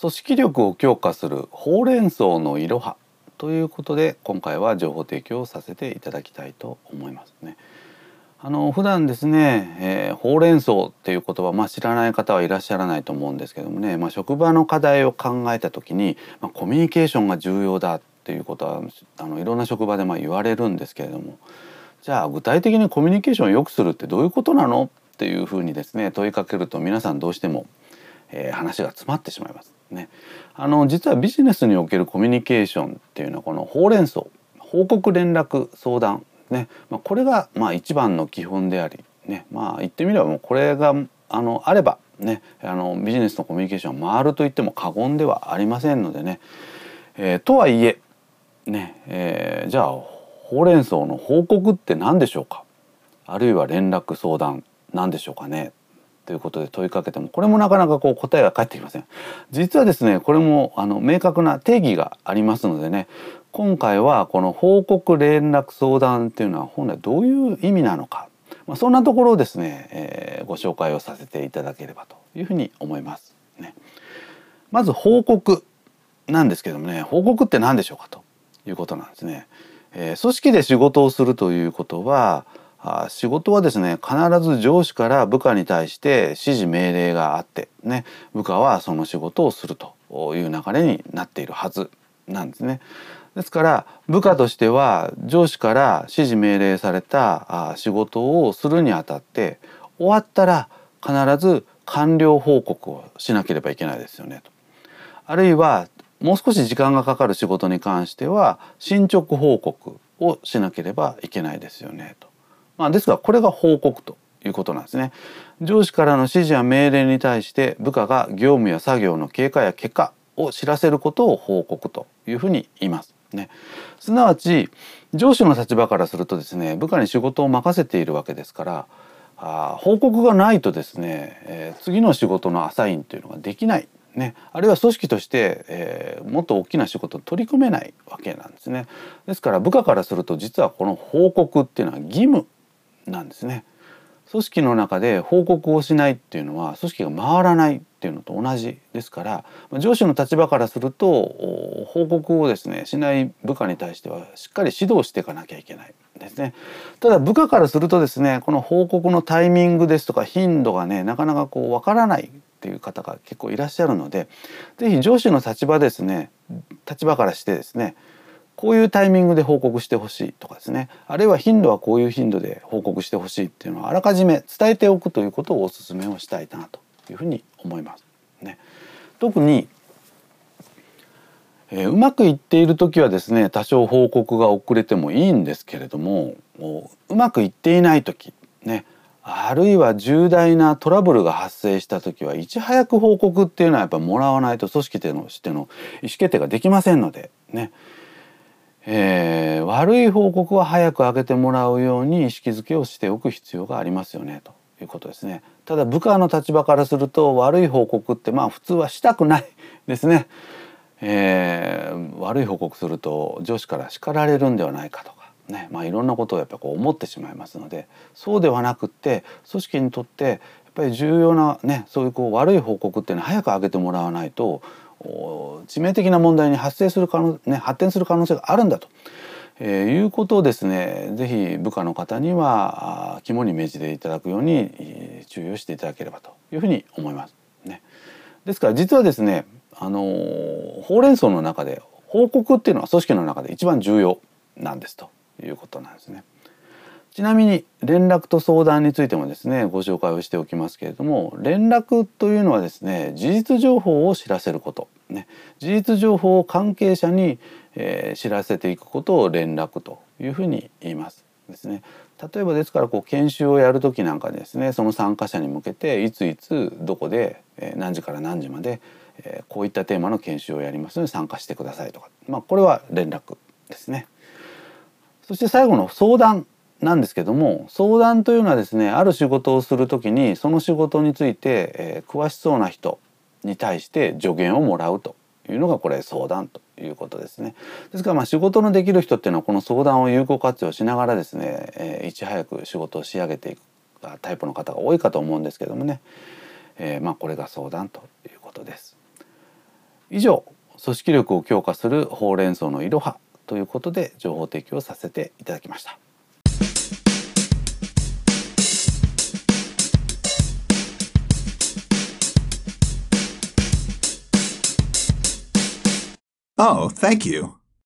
組織力を強化するほうれん草のいろはということで、今回は情報提供をさせていただきたいと思いますね。普段ですね、ほうれん草っていう言葉、知らない方はいらっしゃらないと思うんですけどもね、職場の課題を考えた時に、コミュニケーションが重要だっていうことはいろんな職場で言われるんですけれども、じゃあ具体的にコミュニケーションを良くするってどういうことなのっていうふうにですね問いかけると、皆さんどうしても、話が詰まってしまいますね。実はビジネスにおけるコミュニケーションっていうのは、このほうれん草、報告連絡相談ね、これが一番の基本でありね、言ってみればもうこれがあればね、ビジネスのコミュニケーションは回ると言っても過言ではありませんのでね、とはいえね、じゃあほうれん草の報告って何でしょうか、あるいは連絡相談何でしょうかねということで問いかけても、これもなかなか答えが返ってきません。実はですね、これも明確な定義がありますのでね、今回はこの報告連絡相談っていうのは本来どういう意味なのか、そんなところをですね、ご紹介をさせていただければというふうに思いますね。まず報告なんですけどもね、報告って何でしょうかということなんですね。組織で仕事をするということは、仕事はですね、必ず上司から部下に対して指示命令があってね、部下はその仕事をするという流れになっているはずなんですね。ですから部下としては上司から指示命令された仕事をするにあたって、終わったら必ず完了報告をしなければいけないですよねと。あるいはもう少し時間がかかる仕事に関しては進捗報告をしなければいけないですよねと。ですがこれが報告ということなんですね。上司からの指示や命令に対して部下が業務や作業の経過や結果を知らせることを報告というふうに言いますね。すなわち上司の立場からするとですね、部下に仕事を任せているわけですから、報告がないとですね、次の仕事のアサインというのができないね、あるいは組織として、もっと大きな仕事を取り組めないわけなんですね。ですから部下からすると、実はこの報告っていうのは義務なんですね。組織の中で報告をしないっていうのは組織が回らないっていうのと同じですから、上司の立場からすると報告をですねしない部下に対してはしっかり指導していかなきゃいけないですね。ただ部下からするとですね、この報告のタイミングですとか頻度がね、なかなかわからないっていう方が結構いらっしゃるので、是非上司の立場からしてですね、こういうタイミングで報告してほしいとかですね、あるいは頻度はこういう頻度で報告してほしいっていうのをあらかじめ伝えておくということをお勧めをしたいなというふうに思いますね。特に、うまくいっている時はですね、多少報告が遅れてもいいんですけれども、うまくいっていない時ね、あるいは重大なトラブルが発生した時はいち早く報告っていうのはやっぱもらわないと組織としての意思決定ができませんのでね、悪い報告は早く上げてもらうように意識づけをしておく必要がありますよねということですね。ただ部下の立場からすると、悪い報告って普通はしたくないですね。悪い報告すると上司から叱られるんではないかとかね、いろんなことをやっぱ思ってしまいますので、そうではなくって組織にとってやっぱり重要なね、そういう悪い報告っていうのは早く上げてもらわないと致命的な問題に発展する可能性があるんだと、いうことをですね、ぜひ部下の方には肝に銘じていただくように注意をしていただければというふうに思いますね。ですから実はですね、ほうれん草の中で報告っていうのは組織の中で一番重要なんですということなんですね。ちなみに連絡と相談についてもですね、ご紹介をしておきますけれども、連絡というのはですね、事実情報を知らせることね、事実情報を関係者に、知らせていくことを連絡というふうに言いますですね。例えばですから研修をやる時なんかですね、その参加者に向けていついつどこで、何時から何時まで、こういったテーマの研修をやりますので参加してくださいとか、これは連絡ですね。そして最後の相談なんですけども、相談というのはですね、ある仕事をするときにその仕事について、詳しそうな人に対して助言をもらうというのがこれ相談ということですね。ですから仕事のできる人っていうのはこの相談を有効活用しながらですね、いち早く仕事を仕上げていくタイプの方が多いかと思うんですけどもね、これが相談ということです。 以上、組織力を強化するほうれん草のいろはということで情報提供させていただきました。 Oh, thank you.